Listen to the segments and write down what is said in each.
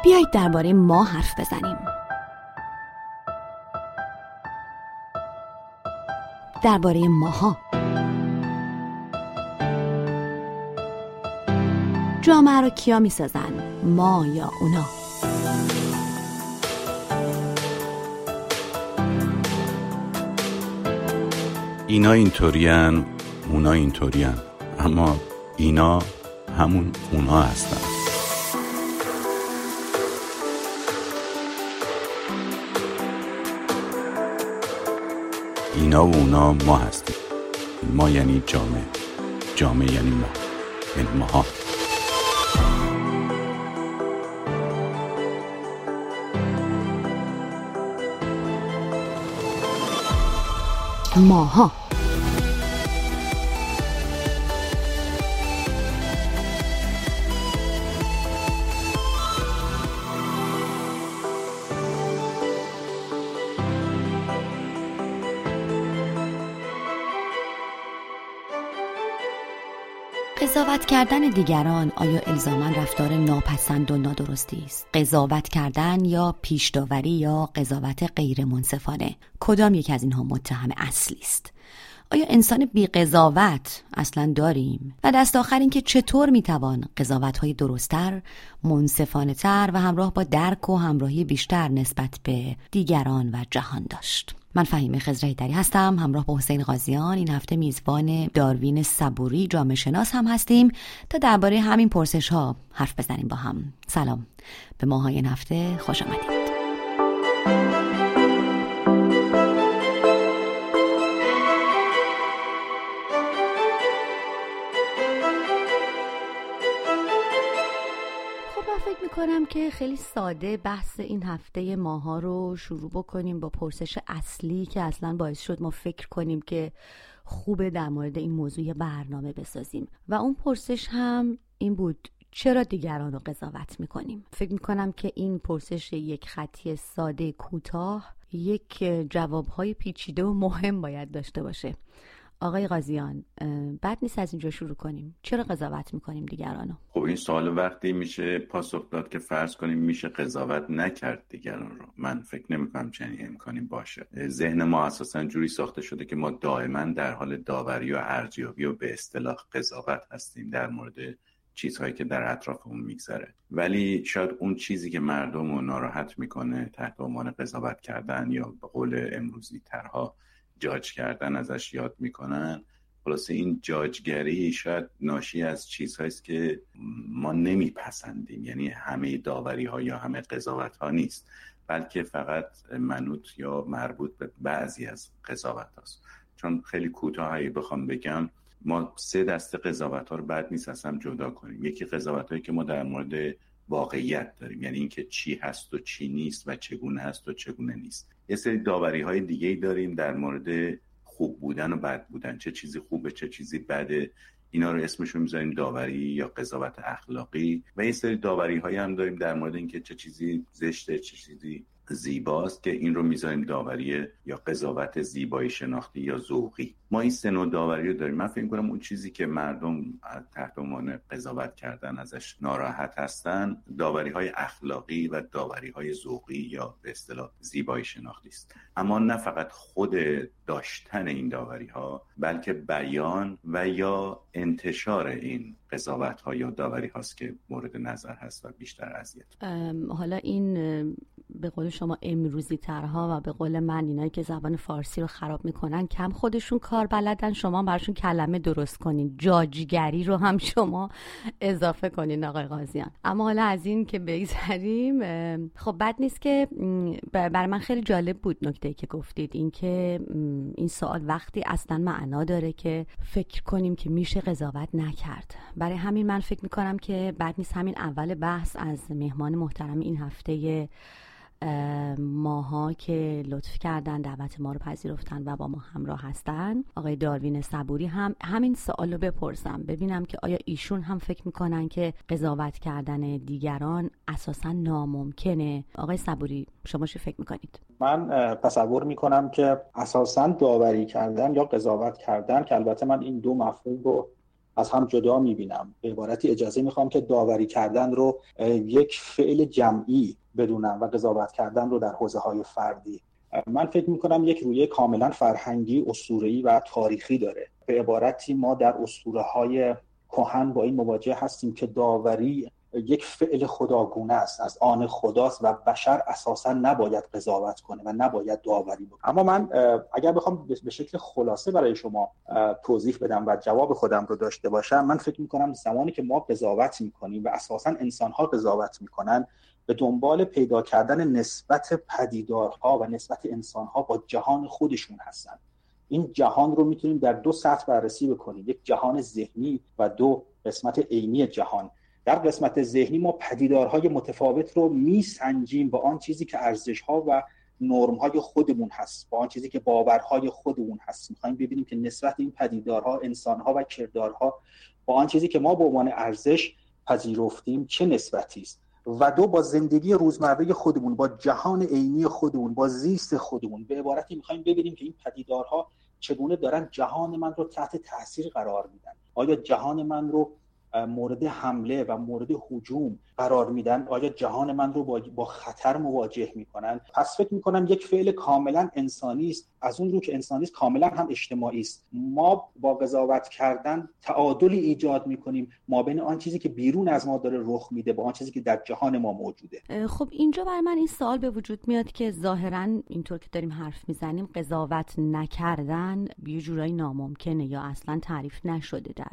بیایید درباره ما حرف بزنیم. درباره ماها. جامعه رو کیا میسازن؟ ما یا اونا؟ اینا اینطورین، اونا اینطورین، اما اینا همون اونا هستن. اینا و اونا ما هستیم. ما یعنی جامعه، جامعه یعنی ما، یعنی ماها. ماها. قضاوت کردن دیگران آیا الزاماً رفتار ناپسند و نادرستی است؟ قضاوت کردن یا پیش‌داوری یا قضاوت غیر منصفانه؟ کدام یک از اینها متهم اصلی است؟ آیا انسان بی قضاوت اصلاً داریم؟ و دست آخر این که چطور میتوان قضاوت‌های درست‌تر، منصفانه‌تر و همراه با درک و همراهی بیشتر نسبت به دیگران و جهان داشت؟ من فهیمه خضرهیدری هستم، همراه با حسین غازیان این هفته میزبان داروین صبوری جامعه شناس هم هستیم تا درباره همین پرسش ها حرف بزنیم با هم. سلام، به ماهای این هفته خوش آمدید. فکر میکنم که خیلی ساده بحث این هفته ماها رو شروع بکنیم با پرسش اصلی که اصلا باعث شد ما فکر کنیم که خوبه در مورد این موضوع برنامه بسازیم و اون پرسش هم این بود: چرا دیگران رو قضاوت میکنیم؟ فکر میکنم که این پرسش یک خطی ساده کوتاه یک جوابهای پیچیده و مهم باید داشته باشه. آقای غازیان، بد نیست از اینجا شروع کنیم. چرا قضاوت میکنیم دیگرانو؟ خب این سوال وقتی میشه پاسخ داد که فرض کنیم میشه قضاوت نکرد دیگران رو. من فکر نمیکنم چنین امکانی باشه. ذهن ما اساسا جوری ساخته شده که ما دائما در حال داوری و ارزیابی و به اصطلاح قضاوت هستیم در مورد چیزهایی که در اطرافمون میگذره، ولی شاید اون چیزی که مردم رو ناراحت میکنه تحت عنوان قضاوت کردن یا به قول امروزی ترها جاج کردن ازش یاد میکنن. خلاصه این جاجگری شاید ناشی از چیزهاییست که ما نمیپسندیم، یعنی همه داوری ها یا همه قضاوت ها نیست، بلکه فقط منوط یا مربوط به بعضی از قضاوت هاست. چون خیلی کوتاهی بخوام بگم، ما 3 دسته قضاوت ها رو بد نیست اصلا جدا کنیم. یکی قضاوت هایی که ما در مورد واقعیت داریم، یعنی اینکه چی هست و چی نیست و چگونه هست و چگونه نیست. یه سری داوری های دیگه داریم در مورد خوب بودن و بد بودن، چه چیزی خوبه چه چیزی بده. اینا رو اسمشو میذاریم داوری یا قضاوت اخلاقی. و یه سری داوری هایی هم داریم در مورد اینکه چه چیزی زشته چه چیزی زیباست، که این رو میذاریم داوری یا قضاوت زیبایی شناختی یا ذوقی. ما این 3 نوع داوری رو داریم. من فکر می‌کنم اون چیزی که مردم تحت عنوان قضاوت کردن ازش ناراحت هستن، داوری‌های اخلاقی و داوری‌های ذوقی یا به اصطلاح زیبایی شناختی است. اما نه فقط خود داشتن این داوری‌ها، بلکه بیان و یا انتشار این قضاوت‌ها یا داوری‌هاست که مورد نظر هست و بیشتر اذیت. حالا این به قول شما امروزی ترها و به قول من اینایی که زبان فارسی رو خراب میکنن کم خودشون کار بلدن، شما براشون کلمه درست کنین. جاجگری رو هم شما اضافه کنین آقای غازیان. اما حالا از این که بگذریم، خب بد نیست که برای من خیلی جالب بود نکته‌ای که گفتید، این که این سوال وقتی اصلا معنا داره که فکر کنیم که میشه قضاوت نکرد. برای همین من فکر میکنم که بد نیست همین اول بحث از مهمان محترم این هفته ماها که لطف کردن دعوت ما رو پذیرفتن و با ما همراه هستن، آقای داروین صبوری، همین سوال رو بپرسم ببینم که آیا ایشون هم فکر میکنن که قضاوت کردن دیگران اساسا ناممکنه. آقای صبوری، شما چه فکر میکنید؟ من تصور میکنم که اساسا داوری کردن یا قضاوت کردن، که البته من این 2 مفهوم رو از هم جدا میبینم. به عبارتی اجازه میخوام که داوری کردن رو یک فعل جمعی بدونم و قضاوت کردن رو در حوزه‌های فردی. من فکر میکنم یک رویه کاملا فرهنگی، اسطوره‌ای و تاریخی داره. به عبارتی ما در اسطوره‌های کهن با این مواجه هستیم که داوری یک فعل خداگونه است، از آن خداست و بشر اساسا نباید قضاوت کنه و نباید داوری بکنه. اما من اگر بخوام به شکل خلاصه برای شما توضیح بدم و جواب خودم رو داشته باشم، من فکر میکنم زمانی که ما قضاوت میکنیم و اساسا انسان‌ها قضاوت میکنن، به دنبال پیدا کردن نسبت پدیدارها و نسبت انسان‌ها با جهان خودشون هستن. این جهان رو میتونیم در دو سطح بررسی بکنیم، یک جهان ذهنی و دو قسمت عینی جهان. در قسمت ذهنی ما پدیدارهای متفاوت رو میسنجیم با آن چیزی که ارزش‌ها و نرم‌های خودمون هست، با آن چیزی که باورهای خودمون هست. می‌خوایم ببینیم که نسبت این پدیدارها، انسان‌ها و کردارها با آن چیزی که ما به عنوان ارزش پذیرفتیم چه نسبتی است. و دو، با زندگی روزمره خودمون، با جهان عینی خودمون، با زیست خودمون. به عبارتی می‌خوایم ببینیم که این پدیدارها چگونه دارن جهان من رو تحت تاثیر قرار میدن. آیا جهان من رو مورد حمله و مورد هجوم قرار میدن؟ آیا جهان من رو با خطر مواجه میکنن؟ پس فکر میکنم یک فعل کاملا انسانی است، از اون رو که انسانی است کاملا هم اجتماعی است. ما با قضاوت کردن تعادلی ایجاد میکنیم ما بین آن چیزی که بیرون از ما داره رخ میده با آن چیزی که در جهان ما موجوده. خب اینجا برای من این سوال به وجود میاد که ظاهرا اینطور که داریم حرف میزنیم قضاوت نکردن یه جورایی ناممکنه یا اصلا تعریف نشده در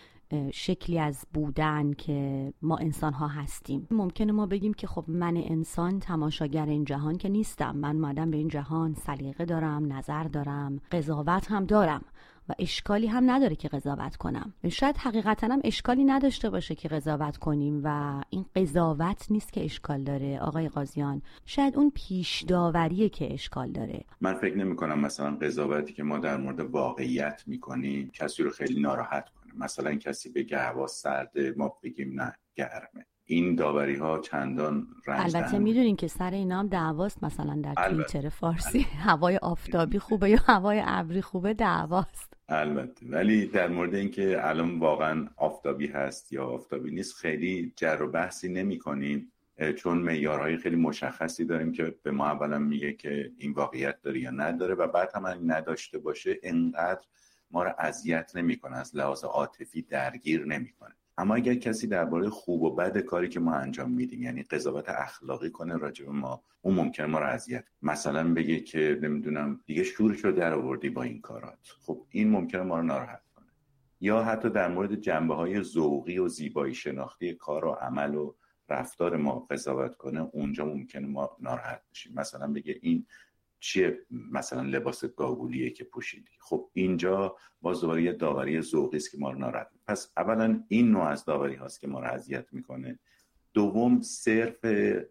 شکلی از بودن که ما انسان ها هستیم. ممکنه ما بگیم که خب من انسان تماشاگر این جهان که نیستم، من اومدم به این جهان، سلیقه دارم، نظر دارم، قضاوت هم دارم و اشکالی هم نداره که قضاوت کنم. شاید حقیقتا هم اشکالی نداشته باشه که قضاوت کنیم و این قضاوت نیست که اشکال داره آقای قاضیان، شاید اون پیش داوریه که اشکال داره. من فکر نمی کنم مثلا قضاوتی که ما در مورد واقعیت میکنیم کسی رو خیلی ناراحت کنه. مثلا کسی بگه هوا سرده، ما بگیم نه گرمه. این داوری ها چندان رنج دهنده. البته میدونین که سر اینا هم دعواست، مثلا در توییتر فارسی هوای آفتابی خوبه یا هوای ابری خوبه دعواست. البته، ولی در مورد اینکه الان واقعا آفتابی هست یا آفتابی نیست خیلی جر و بحثی نمی کنیم، چون معیارهای خیلی مشخصی داریم که به ما اولا میگه که این واقعیت داره یا نداره و بعد هم این نداشته باشه انقدر ما رو اذیت نمیکنه، از لحاظ عاطفی درگیر نمیکنه. اما اگر کسی درباره خوب و بد کاری که ما انجام میدیم، یعنی قضاوت اخلاقی کنه راجع به ما، اون ممکنه ما رو اذیت، مثلا بگه که نمیدونم دیگه شورشو در آوردی با این کارات، خب این ممکنه ما رو ناراحت کنه. یا حتی در مورد جنبه‌های ذوقی و زیبایی شناختی کار و عمل و رفتار ما قضاوت کنه، اونجا ممکنه ما ناراحت بشیم. مثلا بگه این چیه، مثلا لباس گاگولیه که پوشیدی، خب اینجا باز دوباره یه داوری ذوقی است که ما رو ناراحت می‌کنه. پس اولا این نوع از داوری هاست که ما رو اذیت میکنه. دوم، صرف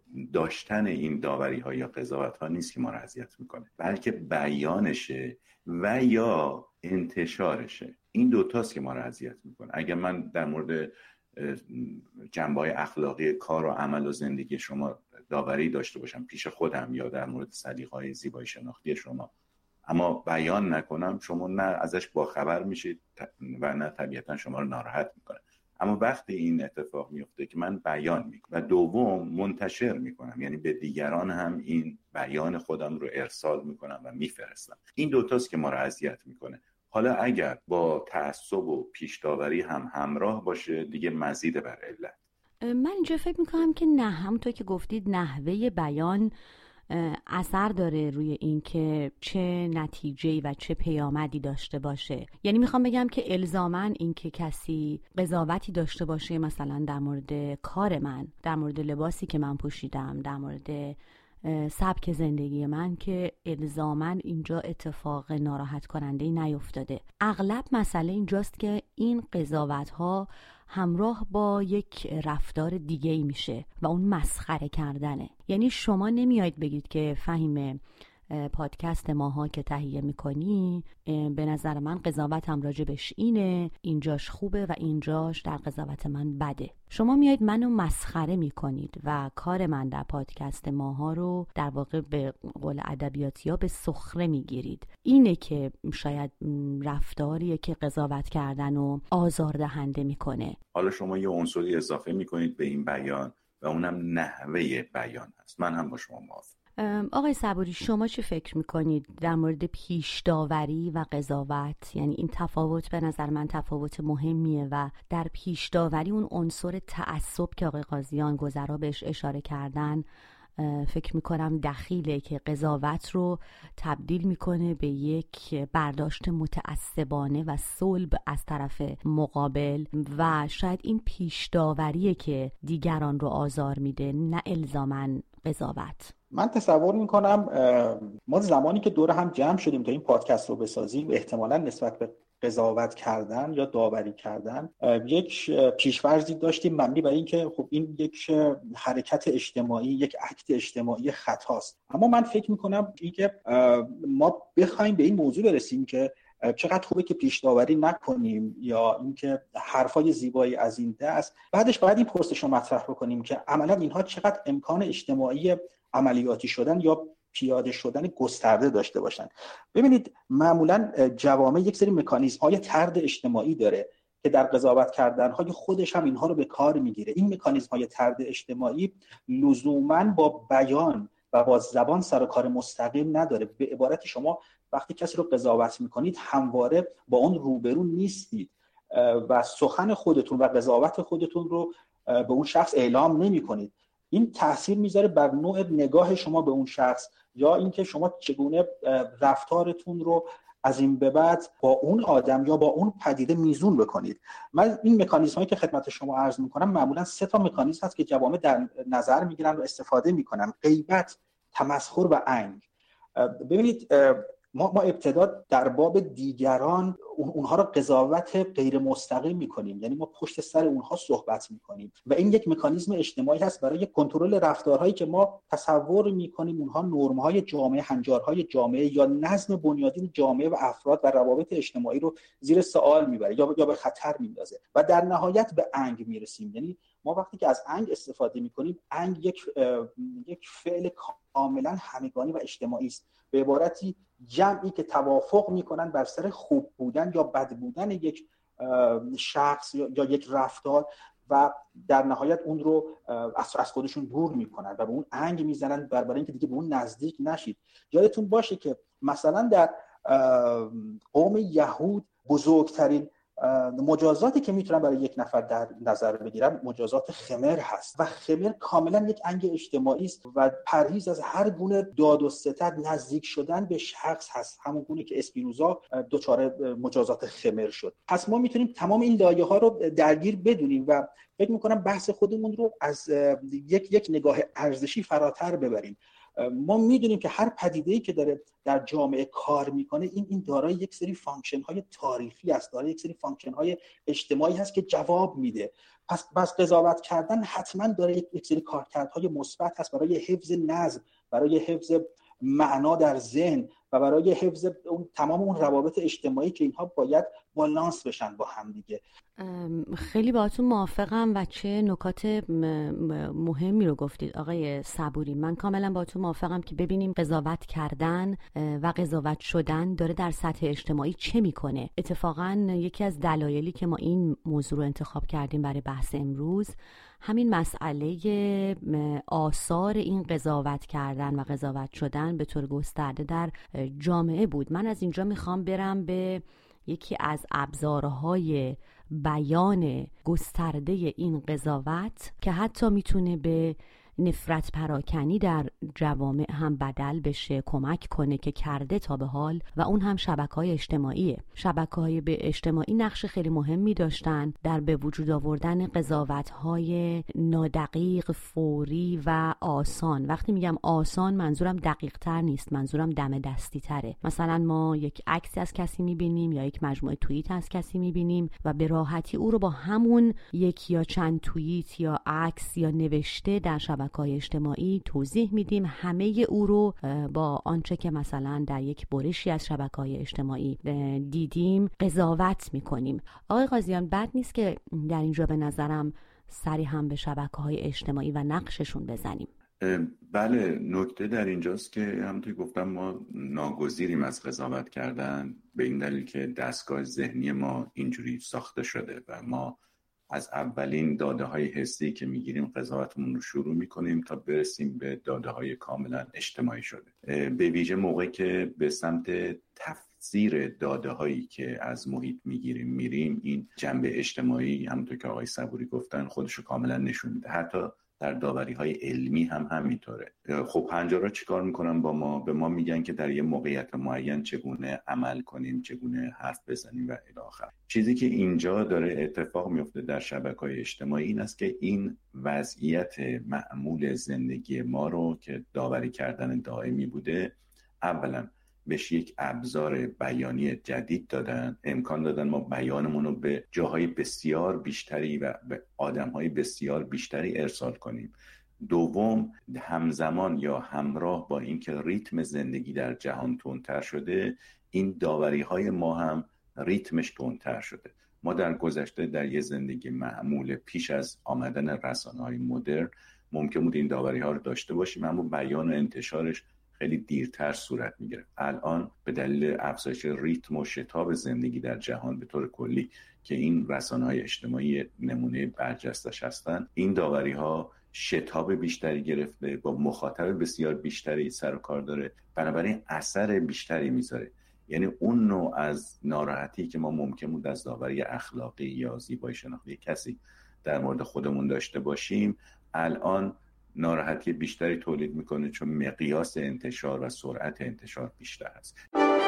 داشتن این داوری ها یا قضاوت ها نیست که ما رو اذیت میکنه، بلکه بیانشه و یا انتشارشه. این دوتاست که ما رو اذیت میکنه. اگر من در مورد جنبه‌های اخلاقی کار و عمل و زندگی شما داوری داشته باشم پیش خودم یا در مورد سلیقه‌های زیبایی شناختی شما، اما بیان نکنم، شما نه ازش باخبر میشید و نه طبیعتا شما رو ناراحت میکنه. اما وقتی این اتفاق میفته که من بیان میکنم و دوم منتشر میکنم، یعنی به دیگران هم این بیان خودم رو ارسال میکنم و میفرستم، این دوتاست که ما رو اذیت میکنه. حالا اگر با تعصب و پیش داوری هم همراه باشه دیگه مزید بر علت. من اینجا فکر میکنم که نه، همونطور که گفتید نحوه بیان اثر داره روی این که چه نتیجه‌ای و چه پیامدی داشته باشه. یعنی میخوام بگم که الزاماً این که کسی قضاوتی داشته باشه مثلا در مورد کار من، در مورد لباسی که من پوشیدم، در مورد سبک زندگی من، که الزاماً اینجا اتفاق ناراحت کننده‌ای نیفتاده. اغلب مسئله اینجاست که این قضاوت‌ها همراه با یک رفتار دیگه‌ای میشه و اون مسخره کردنه. یعنی شما نمیایید بگید که فهیمه پادکست ماها که تهیه میکنی به نظر من قضاوتم راجبش اینه، اینجاش خوبه و اینجاش در قضاوت من بده. شما میایید منو مسخره میکنید و کار من در پادکست ماها رو در واقع به قول ادبیاتی‌ها به سخره میگیرید. اینه که شاید رفتاریه که قضاوت کردن و آزاردهنده میکنه. حالا شما یه عنصری اضافه میکنید به این بیان و اونم نحوه بیان هست. من هم با شما موافقم. آقای صبوری، شما چی فکر میکنید در مورد پیش داوری و قضاوت؟ یعنی این تفاوت به نظر من تفاوت مهمیه و در پیش داوری اون عنصر تعصب که آقای قاضیان گذرا بهش اشاره کردن فکر میکنم دخیله که قضاوت رو تبدیل میکنه به یک برداشت متعصبانه و صلب از طرف مقابل و شاید این پیش داوریه که دیگران رو آزار میده، نه الزاماً قضاوت. من تصور میکنم ما زمانی که دور هم جمع شدیم تا این پادکست رو بسازیم احتمالاً نسبت به قضاوت کردن یا داوری کردن یک پیش‌فرضی داشتیم مبنی بر اینکه خب این یک حرکت اجتماعی، یک اکت اجتماعی خطاست. اما من فکر میکنم اینکه ما بخوایم به این موضوع برسیم که چقدر خوبه که پیش داوری نکنیم یا اینکه حرفای زیبایی از این دست، بعدش باید این پرسش رو مطرح بکنیم که عملا اینها چقدر امکان اجتماعی عملیاتی شدن یا پیاده شدن گسترده داشته باشن. ببینید معمولا جوامع یک سری مکانیزم‌های طرد اجتماعی داره که در قضاوت کردن‌های خودش هم اینها رو به کار میگیره. این مکانیزم‌های طرد اجتماعی لزوماً با بیان و با زبان سر و کار مستقیم نداره. به عبارت شما وقتی کسی رو قضاوت میکنید همواره با اون روبرو نیستید و سخن خودتون و قضاوت خودتون رو به اون شخص اعلام نمی‌کنید. این تأثیر میذاره بر نوع نگاه شما به اون شخص یا اینکه شما چگونه رفتارتون رو از این به بعد با اون آدم یا با اون پدیده میزون بکنید. من این مکانیزمایی که خدمت شما عرض میکنم معمولا 3 مکانیزم هست که جوامع در نظر میگیرن و استفاده میکنن: غیبت، تمسخر و انگ. ببینید ما ابتدا در باب دیگران اونها رو قضاوت غیر مستقیم میکنیم، یعنی ما پشت سر اونها صحبت میکنیم و این یک مکانیزم اجتماعی هست برای کنترل رفتارهایی که ما تصور میکنیم اونها نرم‌های جامعه، هنجارهای جامعه یا نظم بنیادین جامعه و افراد و روابط اجتماعی رو زیر سوال میبره یا به خطر میندازه و در نهایت به انگ میرسیم. یعنی ما وقتی که از انگ استفاده میکنیم، انگ یک فعل کاملا همگانی و اجتماعی است، به عبارتی جمعی که توافق میکنن بر سر خوب بودن یا بد بودن یک شخص یا یک رفتار و در نهایت اون رو از خودشون دور میکنن و به اون انگ میزنن برای اینکه دیگه به اون نزدیک نشید. یادتون باشه که مثلا در قوم یهود بزرگترین مجازاتی که میتونن برای یک نفر در نظر بگیرن مجازات خمر هست و خمر کاملا یک انگ اجتماعی است و پرهیز از هر گونه داد و ستد، نزدیک شدن به شخص هست، همون گونه که اسپینوزا دچار مجازات خمر شد. پس ما میتونیم تمام این لایه ها رو درگیر بدونیم و فکر میکنم بحث خودمون رو از یک نگاه ارزشی فراتر ببریم. ما میدونیم که هر پدیده‌ای که داره در جامعه کار میکنه این دارای یک سری فانکشن های تاریخی است، دارای یک سری فانکشن های اجتماعی هست که جواب میده. پس قضاوت کردن حتما داره یک سری کارکردهای مثبت هست برای حفظ نظم، برای حفظ معنا در ذهن و برای حفظ تمام اون روابط اجتماعی که اینها باید بالانس بشن با هم دیگه. خیلی باهاتون موافقم و چه نکات مهمی رو گفتید آقای صبوری. من کاملا باهاتون موافقم که ببینیم قضاوت کردن و قضاوت شدن داره در سطح اجتماعی چه میکنه. اتفاقا یکی از دلایلی که ما این موضوع رو انتخاب کردیم برای بحث امروز همین مسئله آثار این قضاوت کردن و قضاوت شدن به طور گسترده در جامعه بود. من از اینجا میخوام برم به یکی از ابزارهای بیان گسترده این قضاوت که حتی میتونه به نفرت پراکنی در جوامع هم بدل بشه، کمک کنه که کرده تا به حال، و اون هم شبکه‌های اجتماعیه. شبکه‌های اجتماعی نقش خیلی مهمی داشتن در به وجود آوردن قضاوت‌های نادقیق، فوری و آسان. وقتی میگم آسان منظورم دقیق‌تر نیست، منظورم دم دستی تره. مثلا ما یک عکسی از کسی میبینیم یا یک مجموعه توییت از کسی میبینیم و به راحتی او رو با همون یک یا چند توییت یا عکس یا نوشته در شبکه شبکه‌های اجتماعی توضیح میدیم، همه او رو با آنچه که مثلا در یک برشی از شبکه‌های اجتماعی دیدیم قضاوت میکنیم. آقای قاضیان، بد نیست که در اینجا به نظرم سری هم به شبکه‌های اجتماعی و نقششون بزنیم. بله، نکته در اینجاست که همونطور گفتم ما ناگزیریم از قضاوت کردن، به این دلیل که دستگاه ذهنی ما اینجوری ساخته شده و ما از اولین داده‌های حسی که میگیریم قضاوتمون رو شروع میکنیم تا برسیم به داده‌های کاملا اجتماعی شده. به ویژه موقعی که به سمت تفسیر داده‌هایی که از محیط میریم، این جنبه اجتماعی همونطور که آقای صبوری گفتن خودش رو کاملا نشون میده. حتی در داوری‌های علمی هم همینطوره. خب هنجارا چیکار میکنن با ما؟ به ما میگن که در یه موقعیت معین چگونه عمل کنیم، چگونه حرف بزنیم و الی آخر. چیزی که اینجا داره اتفاق میفته در شبکه‌های اجتماعی این است که این وضعیت معمول زندگی ما رو که داوری کردن دائمی بوده، اولا بهش یک ابزار بیانی جدید دادن، امکان دادن ما بیانمون رو به جاهای بسیار بیشتری و به آدمهای بسیار بیشتری ارسال کنیم. دوم، همزمان یا همراه با اینکه ریتم زندگی در جهان تندتر شده، این داوری‌های ما هم ریتمش تندتر شده. ما در گذشته در یه زندگی معمول پیش از آمدن رسانه‌های مدرن ممکن بود این داوری‌ها رو داشته باشیم، اما بیان و انتشارش خیلی دیرتر صورت میگیره. الان به دلیل افزایش ریتم و شتاب زندگی در جهان به طور کلی که این رسانه‌های اجتماعی نمونه برجستش هستن، این داوری‌ها شتاب بیشتری گرفته، با مخاطب بسیار بیشتری سر و کار داره، بنابراین اثر بیشتری میذاره. یعنی اون نوع از ناراحتی که ما ممکن بود از داوری اخلاقی یا زیبایی شناختی کسی در مورد خودمون داشته باشیم، الان ناراحتی بیشتری تولید میکنه، چون مقیاس انتشار و سرعت انتشار بیشتر است.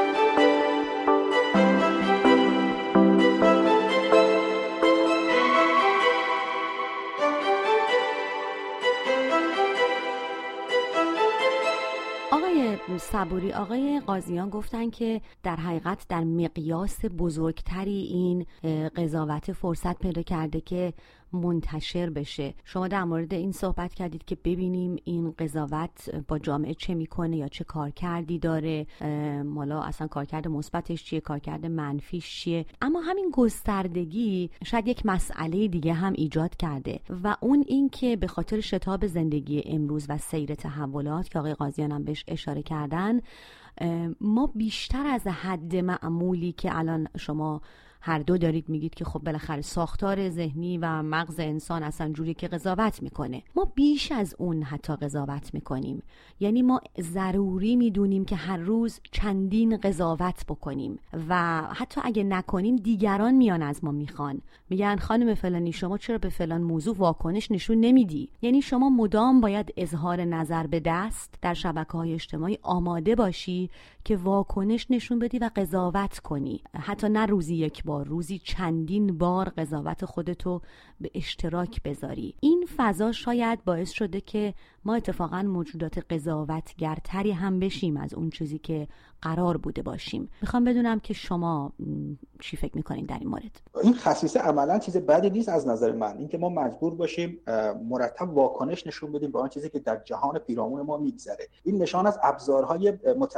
آقای صبوری، آقای قاضیان گفتن که در حقیقت در مقیاس بزرگتری این قضاوت فرصت پیدا کرده که منتشر بشه. شما در مورد این صحبت کردید که ببینیم این قضاوت با جامعه چه میکنه یا چه کارکردی داره، مالا اصلا کارکرد مثبتش چیه، کارکرد منفیش چیه. اما همین گستردگی شاید یک مسئله دیگه هم ایجاد کرده و اون این که به خاطر شتاب زندگی امروز و سیر تحولات که آقای قاضیان هم بهش اشاره کردن، ما بیشتر از حد معمولی که الان شما هر دو دارید میگید که خب بالاخره ساختار ذهنی و مغز انسان اصلا جوری که قضاوت میکنه، ما بیش از اون حتی قضاوت میکنیم. یعنی ما ضروری میدونیم که هر روز چندین قضاوت بکنیم و حتی اگه نکنیم دیگران میان از ما میخوان، میگن خانم فلانی شما چرا به فلان موضوع واکنش نشون نمیدی. یعنی شما مدام باید اظهار نظر به دست در شبکه‌های اجتماعی آماده باشی که واکنش نشون بدی و قضاوت کنی، حتی نه روزی یک بار، روزی چندین بار قضاوت خودتو به اشتراک بذاری. این فضا شاید باعث شده که ما اتفاقا موجودات قضاوتگرتری هم بشیم از اون چیزی که قرار بوده باشیم. میخوام بدونم که شما چی فکر میکنین در این مورد؟ این خصیصه عملا چیز بدی نیست از نظر من، اینکه ما مجبور باشیم مرتب واکنش نشون بدیم به آن چیزی که در جهان پیرامون ما میگذره. این نشان از ابزارهای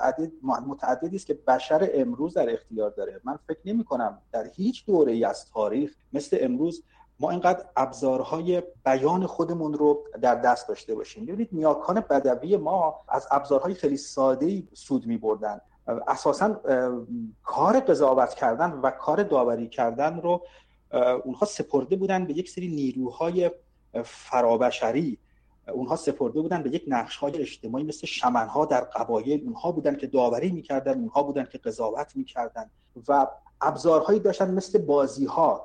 متعددی است که بشر امروز در اختیار داره. من فکر نمی‌کنم در هیچ دوره‌ای از تاریخ مثل امروز ما اینقدر ابزارهای بیان خودمون رو در دست داشته باشیم. ببینید نیاکان بدوی ما از ابزارهای خیلی ساده‌ای سود می‌بردن. اساساً کار قضاوت کردن و کار داوری کردن رو اونها سپرده بودن به یک سری نیروهای فرابشری، اونها سپرده بودن به یک نقش‌های اجتماعی مثل شمنها در قبایل، اونها بودن که داوری می‌کردن، اونها بودن که قضاوت می‌کردن و ابزارهایی داشتن مثل بازی‌ها.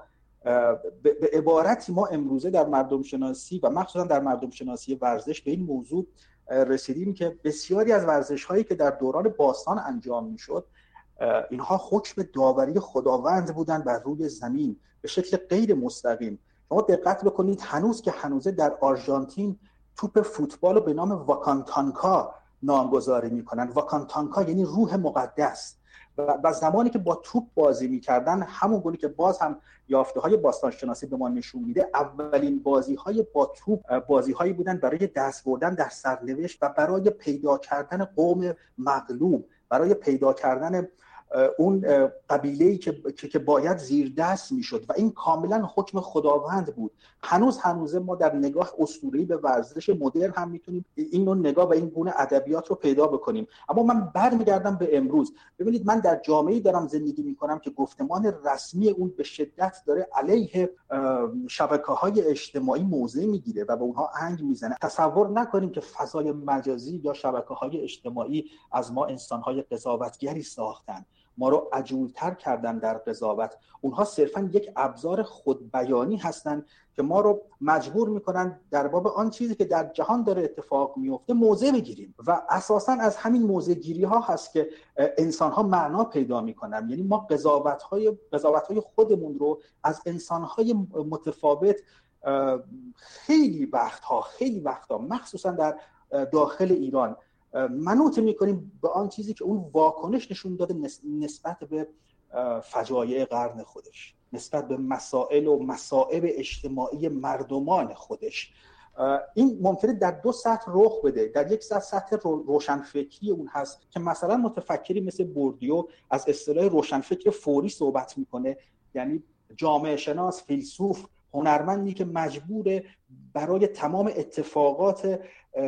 به عبارتی ما امروزه در مردم شناسی و مخصوصا در مردم شناسی ورزش به این موضوع رسیدیم که بسیاری از ورزش‌هایی که در دوران باستان انجام می‌شد اینها حکم داوری خداوند بودن بر روی زمین به شکل غیر مستقیم. شما دقت بکنید هنوز که هنوزه در آرژانتین توپ فوتبال رو به نام واکانتانکا نامگذاری می‌کنن. واکانتانکا یعنی روح مقدس و زمانی که با توپ بازی می‌کردن، همون گونه که باز هم یافته‌های باستانشناسی به ما نشون میده، اولین بازی‌های با توپ بازی‌هایی بودن برای دست بردن در سرنوشت و برای پیدا کردن قوم مغلوب، برای پیدا کردن اون قبیله‌ای که باید زیر دست میشد و این کاملا حکم خداوند بود. هنوز ما در نگاه اسطوره‌ای به ورزش مدرن هم میتونیم این نوع نگاه و این گونه ادبیات رو پیدا بکنیم. اما من برمیگردم به امروز. ببینید، من در جامعه‌ای دارم زندگی میکنم که گفتمان رسمی اون به شدت داره علیه شبکه‌های اجتماعی موضع میگیره و به اونها انگ میزنه. تصور نکنیم که فضای مجازی یا شبکه‌های اجتماعی از ما انسان‌های قضاوتگری ساختن، ما رو عجولتر کردن در قضاوت. اونها صرفاً یک ابزار خودبیانی هستن که ما رو مجبور میکنن در باب آن چیزی که در جهان داره اتفاق میفته موضع بگیریم و اساساً از همین موضع گیری ها هست که انسان ها معنا پیدا میکنن. یعنی ما قضاوت های خودمون رو از انسان های متفاوت خیلی وقتها مخصوصاً در داخل ایران منوط میکنیم به آن چیزی که اون واکنش نشون داده نسبت به فجایع قرن خودش، نسبت به مسائل و مصائب اجتماعی مردمان خودش. این ممکنه در دو سطح رخ بده. در یک سطح روشنفکری اون هست که مثلا متفکری مثل بوردیو از اصطلاح روشنفکر فوری صحبت میکنه، یعنی جامعه شناس، فیلسوف، هنرمندی که مجبوره برای تمام اتفاقات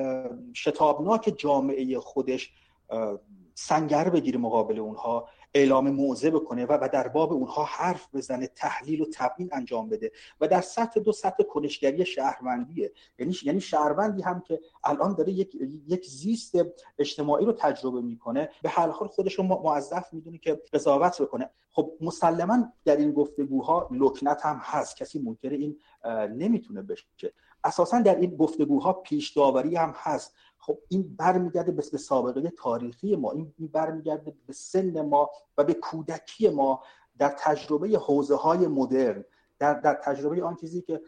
شتابناک جامعه خودش سنگر بگیره، مقابل اونها اعلام موضع بکنه و در باب اونها حرف بزنه، تحلیل و تبیین انجام بده. و در سطح سطح کنشگری شهروندیه، یعنی شهروندی هم که الان داره یک زیست اجتماعی رو تجربه میکنه، به هر حال خودش رو موظف میدونه که قضاوت بکنه. خب مسلماً در این گفتگوها لکنت هم هست، کسی منکر این نمیتونه بشه. اساساً در این گفتگوها پیش داوری هم هست. خب این برمیگرده به سابقه تاریخی ما، این برمیگرده به سن ما و به کودکی ما در تجربه حوزه‌های مدرن، در تجربه آن چیزی که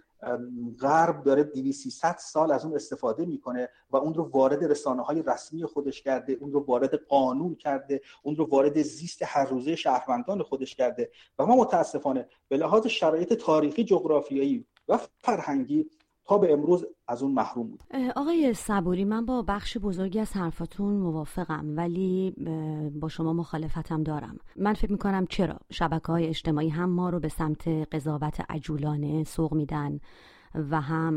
غرب داره 200-300 سال از اون استفاده میکنه و اون رو وارد رسانه‌های رسمی خودش کرده، اون رو وارد قانون کرده، اون رو وارد زیست هر روزه شهروندان خودش کرده و ما متاسفانه به لحاظ شرایط تاریخی، جغرافیایی و فرهنگی تا به امروز از اون محروم بود. آقای صبوری، من با بخش بزرگی از حرفاتون موافقم، ولی با شما مخالفتم دارم. من فکر میکنم چرا شبکه‌های اجتماعی هم ما رو به سمت قضاوت عجولانه سوق میدن و هم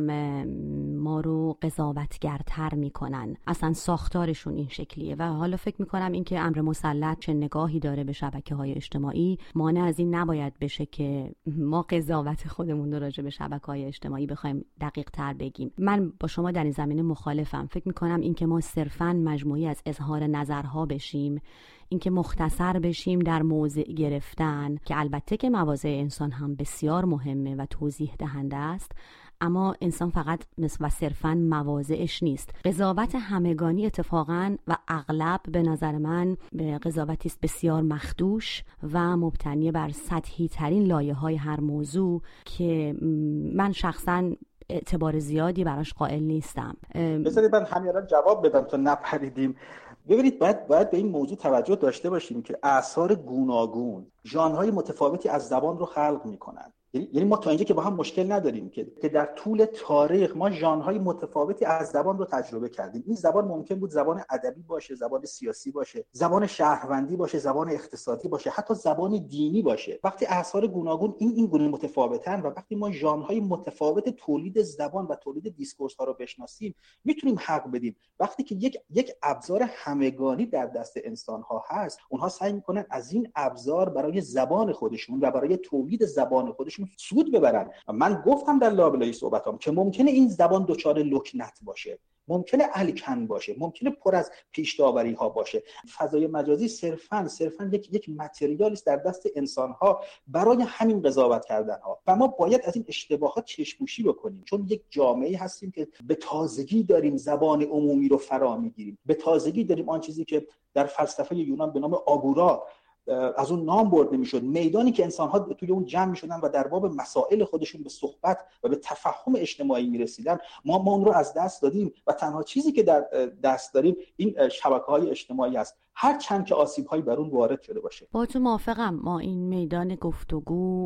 ما رو قضاوتگرتر میکنن. اصلا ساختارشون این شکلیه و حالا فکر میکنم این که امر مسلط چه نگاهی داره به شبکه‌های اجتماعی مانع از این نباید بشه که ما قضاوت خودمون رو راجع به شبکه‌های اجتماعی بخوایم دقیق تر بگیم. من با شما در این زمینه مخالفم. فکر میکنم این که ما صرفاً مجموعی از اظهار نظرها بشیم، اینکه مختصر بشیم در موضع گرفتن، که البته که مواضع انسان هم بسیار مهمه و توضیح دهنده است، اما انسان فقط و صرفاً مواضعش نیست. قضاوت همگانی اتفاقاً و اغلب به نظر من قضاوتی است بسیار مخدوش و مبتنی بر سطحی ترین لایه‌های هر موضوع که من شخصاً اعتبار زیادی براش قائل نیستم. بذارید من همین الان جواب بدم تا نپریدیم. ببینید، باید به این موضوع توجه داشته باشیم که اعصار گوناگون ژانرهای متفاوتی از زبان رو خلق میکنن. یعنی ما تا اینجا که با هم مشکل نداریم که در طول تاریخ ما ژانرهای متفاوتی از زبان رو تجربه کردیم. این زبان ممکن بود زبان ادبی باشه، زبان سیاسی باشه، زبان شهروندی باشه، زبان اقتصادی باشه، حتی زبان دینی باشه. وقتی اعصار گوناگون این گونه متفاوتن و وقتی ما ژانرهای متفاوت تولید زبان و تولید دیسکورس ها رو بشناسیم، میتونیم حق بدیم. وقتی که یک ابزار همگانی در دست انسان ها هست، اونها سعی میکنن از این ابزار برای زبان خودشون و برای تولید زبان خودشون سود ببرن. من گفتم در لابلای صحبتام که ممکنه این زبان دچار لکنت باشه، ممکنه الکن باشه، ممکنه پر از پیش داوری ها باشه. فضای مجازی صرفاً یک متریالی است در دست انسان ها برای همین قضاوت کردن ها و ما باید از این اشتباهات چشم‌پوشی بکنیم، چون یک جامعه هستیم که به تازگی داریم زبان عمومی رو فرا میگیریم، به تازگی داریم آن چیزی که در فلسفه یونان به نام آگورا از اون نام برده میشد، میدانی که انسان‌ها توی اون جمع میشدن و در باب مسائل خودشون به صحبت و به تفاهم اجتماعی میرسیدن. ما اون رو از دست دادیم و تنها چیزی که در دست داریم این شبکه‌های اجتماعی است. هر چند که آسیب هایی بر اون وارد شده باشه. با تو موافقم. ما این میدان گفتگو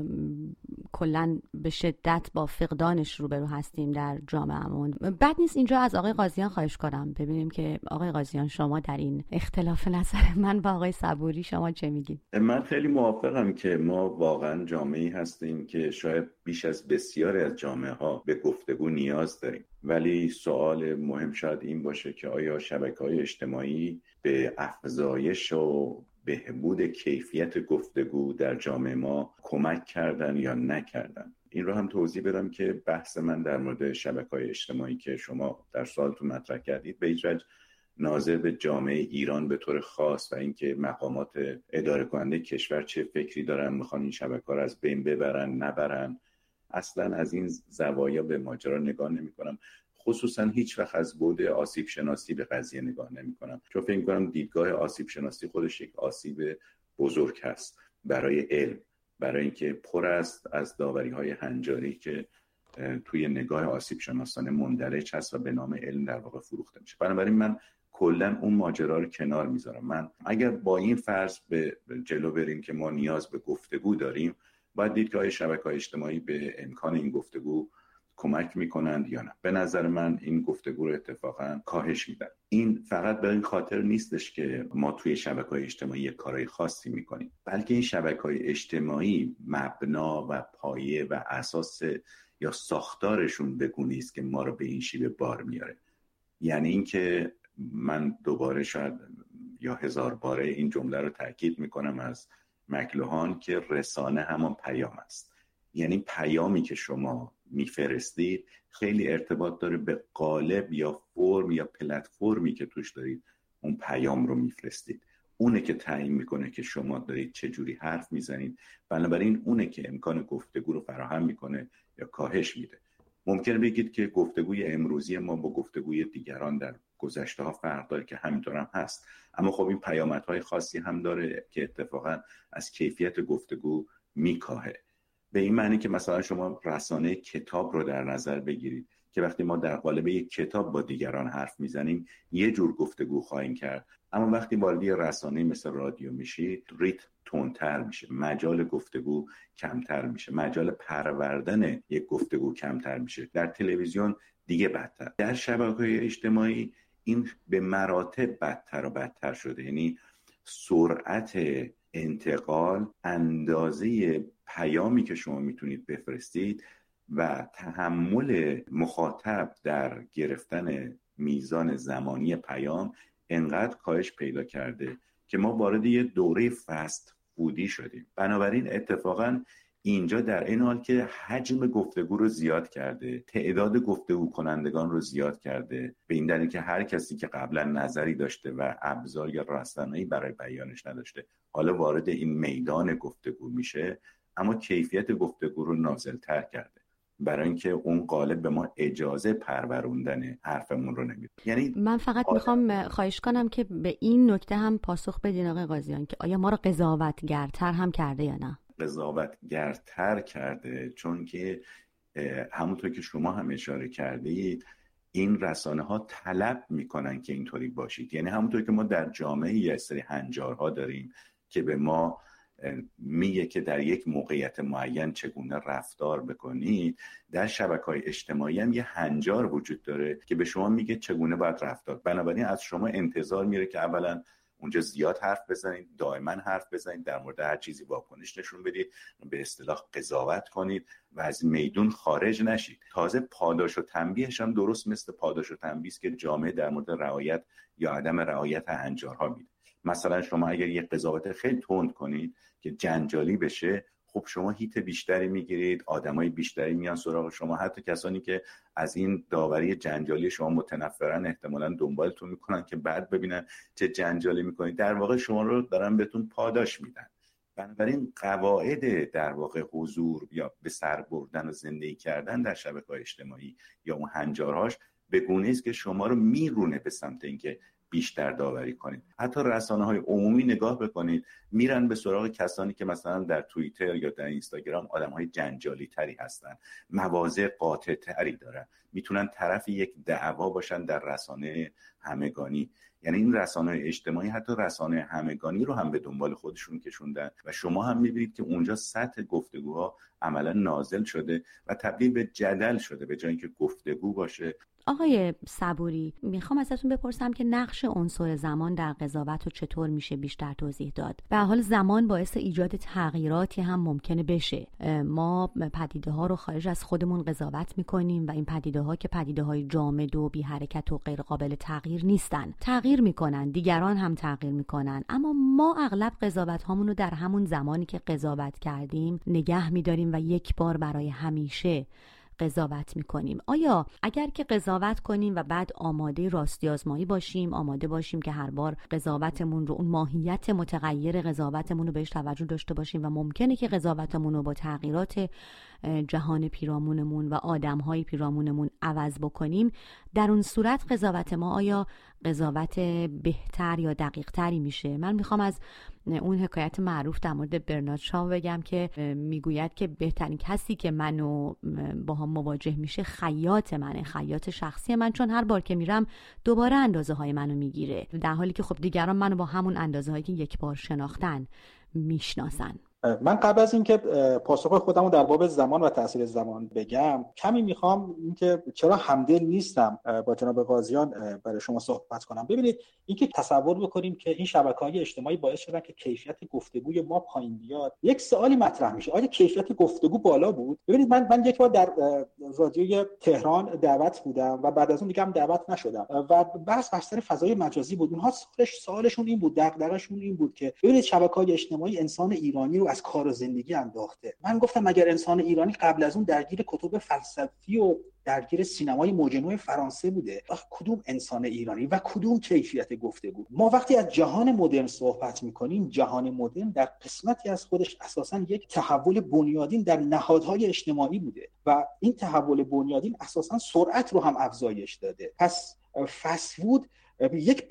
کلا به شدت با فقدانش روبرو هستیم در جامعهمون. بد نیست اینجا از آقای قاضیان خواهش کنم ببینیم که آقای قاضیان شما در این اختلاف نظر من با آقای صبوری شما چه میگید؟ من خیلی موافقم که ما واقعا جامعه‌ای هستیم که شاید بیش از بسیاری از جامعه‌ها به گفتگو نیاز داریم، ولی سوال مهم شاید این باشه که آیا شبکه‌های اجتماعی به افزایش و بهبود کیفیت گفتگو در جامعه ما کمک کردن یا نکردن؟ این رو هم توضیح بدم که بحث من در مورد شبکه‌های اجتماعی که شما در سوالتون مطرح کردید به هیچ وجه ناظر به جامعه ایران به طور خاص و اینکه مقامات اداره کننده کشور چه فکری دارن میخوان این شبکه‌ها رو از بین ببرن نبرن، اصلا از این زوایا به ماجرا نگاه نمی‌کنم. خصوصا هیچ وقت از بعد آسیب شناسی به قضیه نگاه نمی‌کنم، چون فکر می‌کنم دیدگاه آسیب شناسی خودش یک آسیب بزرگ هست برای علم، برای اینکه پر است از داوری‌های هنجاری که توی نگاه آسیب شناسانه مندرج هست و به نام علم در واقع فروخته میشه. بنابراین من کلا اون ماجرا رو کنار میذارم. من اگر با این فرض به جلو بریم که ما نیاز به گفتگو داریم، باید دید که آیا شبکه‌های اجتماعی به امکان این گفتگو کمک میکنند یا نه. به نظر من این گفتگو رو اتفاقا کاهش میدن. این فقط به این خاطر نیستش که ما توی شبکه‌های اجتماعی کارهای خاصی میکنیم، بلکه این شبکه‌های اجتماعی مبنا و پایه و اساس یا ساختارشون بگونه است که ما رو به این شیوه بار میاره. یعنی اینکه من دوباره شاید یا هزار باره این جمله رو تاکید میکنم از مکلوهان که رسانه همان پیام است. یعنی پیامی که شما میفرستید خیلی ارتباط داره به قالب یا فرم یا پلتفرمی که توش دارید اون پیام رو میفرستید. اونه که تعیین میکنه که شما دارید چه جوری حرف میزنید. بنابراین اونه که امکان گفتگو رو فراهم میکنه یا کاهش میده. ممکنه بگید که گفتگوی امروزی ما با گفتگوی دیگران در گذشته ها فرق داره، که همینطور هم هست، اما خب این پیامدهای خاصی هم داره که اتفاقا از کیفیت گفتگو میکاهه. به این معنی که مثلا شما رسانه کتاب رو در نظر بگیرید که وقتی ما در قالب یک کتاب با دیگران حرف میزنیم یه جور گفتگو خواهیم کرد، اما وقتی وارد رسانه مثل رادیو میشید ریتم تندتر میشه، مجال گفتگو کمتر میشه، مجال پروردن یک گفتگو کمتر میشه. در تلویزیون دیگه بدتر. در شبکه‌های اجتماعی این به مراتب بدتر و بدتر شده. یعنی سرعت انتقال، اندازه پیامی که شما میتونید بفرستید و تحمل مخاطب در گرفتن میزان زمانی پیام انقدر کاهش پیدا کرده که ما وارد یه دوره فست فودی شدیم. بنابراین اتفاقاً اینجا در این حال که حجم گفتگو رو زیاد کرده، تعداد گفتگو کنندگان رو زیاد کرده، به این دلیل که هر کسی که قبلا نظری داشته و ابزار یا رسانه‌ای برای بیانش نداشته حالا وارد این میدان گفتگو میشه، اما کیفیت گفتگو رو نازل‌تر کرده برای اینکه اون قالب به ما اجازه پروروندن حرفمون رو نمیده. یعنی من فقط میخوام خواهش کنم که به این نکته هم پاسخ بدین آقای قاضیان که آیا ما رو قضاوتگرتر هم کرده یا نه؟ قضاوتگرتر کرده، چون که همونطور که شما هم اشاره کردید این رسانه ها طلب میکنن که اینطوری باشید. یعنی همونطور که ما در جامعه یه سری هنجارها داریم که به ما میگه که در یک موقعیت معین چگونه رفتار بکنید، در شبکه‌های اجتماعی هم یه هنجار وجود داره که به شما میگه چگونه باید رفتار. بنابراین از شما انتظار میره که اولا اونجا زیاد حرف بزنید، دائما حرف بزنید، در مورد هر چیزی واکنش نشون بدید، به اصطلاح قضاوت کنید و از میدون خارج نشید. تازه پاداش و تنبیهش هم درست مثل پاداش و تنبیه است که جامعه در مورد رعایت یا عدم رعایت هنجارها میده. مثلا شما اگر یک قضاوت خیلی تند کنید که جنجالی بشه، خب شما هیت بیشتری میگیرید، آدمای بیشتری میان سراغ شما، حتی کسانی که از این داوری جنجالی شما متنفرن احتمالاً دنبالتون میکنن که بعد ببینن چه جنجالی میکنید. در واقع شما رو دارن بهتون پاداش میدن. بنابراین قواعد در واقع حضور یا به سر بردن و زندگی کردن در شبکه‌های اجتماعی یا اون هنجارهاش به گونه‌ای است که شما رو میرونه به سمت اینکه بیشتر داوری کنید. حتی رسانه‌های عمومی نگاه بکنید، میرن به سراغ کسانی که مثلا در توییتر یا در اینستاگرام آدم‌های جنجالی تری هستن، مواضع قاطع تری دارن، میتونن طرف یک دعوا باشن در رسانه همگانی. یعنی این رسانه‌های اجتماعی حتی رسانه همگانی رو هم به دنبال خودشون کشوندن و شما هم می‌بینید که اونجا سطح گفتگوها عملا نازل شده و تبدیل به جدل شده به جای اینکه گفتگو باشه. آقای صبوری، میخوام ازتون بپرسم که نقش عنصر زمان در قضاوت رو چطور میشه بیشتر توضیح داد؟ به هر حال زمان باعث ایجاد تغییراتی هم ممکنه بشه. ما پدیده ها رو خارج از خودمون قضاوت میکنیم و این پدیده ها که پدیده های جامد و بی حرکت و غیر قابل تغییر نیستن، تغییر میکنن، دیگران هم تغییر میکنن، اما ما اغلب قضاوت هامون رو در همون زمانی که قضاوت کردیم نگه میداریم و یک بار برای همیشه قضاوت میکنیم. آیا اگر که قضاوت کنیم و بعد آماده راستی آزمایی باشیم، آماده باشیم که هر بار قضاوتمون رو، اون ماهیت متغیر قضاوتمون رو بهش توجه داشته باشیم و ممکنه که قضاوتمون رو با تغییرات جهان پیرامونمون و آدمهای پیرامونمون عوض بکنیم، در اون صورت قضاوت ما آیا قضاوت بهتر یا دقیق تری میشه؟ من میخوام از اون حکایت معروف در مورد برنارد شاو بگم که میگوید که بهترین کسی که منو با هم مواجه میشه خیاط منه، خیاط شخصی من، چون هر بار که میرم دوباره اندازه های منو میگیره، در حالی که خب دیگران منو با همون اندازه هایی که یک بار شناختن میشناسن. من قبل از اینکه پاسخ خودم رو در باب زمان و تاثیر زمان بگم، کمی میخوام اینکه چرا همدل نیستم با جناب قاضیان برای شما صحبت کنم. ببینید، اینکه تصور بکنیم که این شبکه‌های اجتماعی باعث شدن که کیفیت گفتگوی ما پایین بیاد، یک سوالی مطرح میشه: آیا کیفیت گفتگو بالا بود؟ ببینید، من یک بار در رادیوی تهران دعوت بودم و بعد از اون دیگه هم دعوت نشدم و بحث بر سر فضای مجازی بود. اونها سوالشون این بود، دغدغه‌شون این بود که ببینید شبکه‌های اجتماعی انسان ایرانی رو از کار و زندگی انداخته. من گفتم اگر انسان ایرانی قبل از اون درگیر کتب فلسفی و درگیر سینمای موج نو فرانسه بوده، کدوم انسان ایرانی و کدوم کیفیت گفتگو؟ ما وقتی از جهان مدرن صحبت می‌کنیم، جهان مدرن در قسمتی از خودش اساساً یک تحول بنیادین در نهادهای اجتماعی بوده و این تحول بنیادین اساساً سرعت رو هم افزایش داده. پس فست فود یک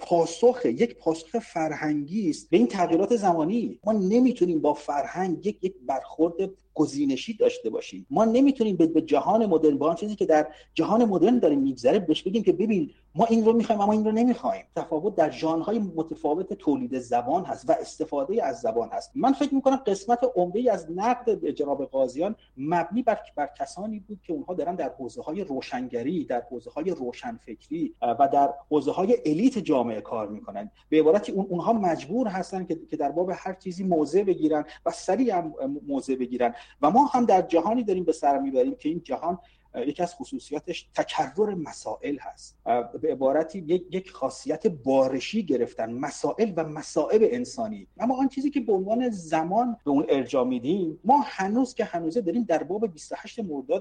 پاسخ فرهنگی است به این تغییرات زمانی. ما نمیتونیم با فرهنگ یک برخورد گزینشی داشته باشیم. ما نمیتونیم به جهان مدرن، با آن چیزی که در جهان مدرن داره میگذره، بهش بگیم که ببین ما این رو میخوایم اما این رو نمیخوایم. تفاوت در ژانرهای متفاوت تولید زبان هست و استفاده از زبان هست. من فکر میکنم قسمت عمده‌ای از نقد جناب قاضیان مبنی بر کسانی بود که اونها دارن در حوزه‌های روشنگری، در حوزه‌های روشنفکری و در حوزه‌های الیت جامعه کار میکنن. به عبارتی اونها مجبور هستن که در باب هر چیزی موضع بگیرن و سریع هم موضع بگیرن و ما هم در جهانی داریم به سر میبریم که این جهان یکی از خصوصیاتش تکرر مسائل هست. به عبارتی یک خاصیت بارشی گرفتن مسائل و مصائب انسانی. اما آن چیزی که به عنوان زمان به اون ارجاع میدیم، ما هنوز که هنوزه داریم در باب 28 مرداد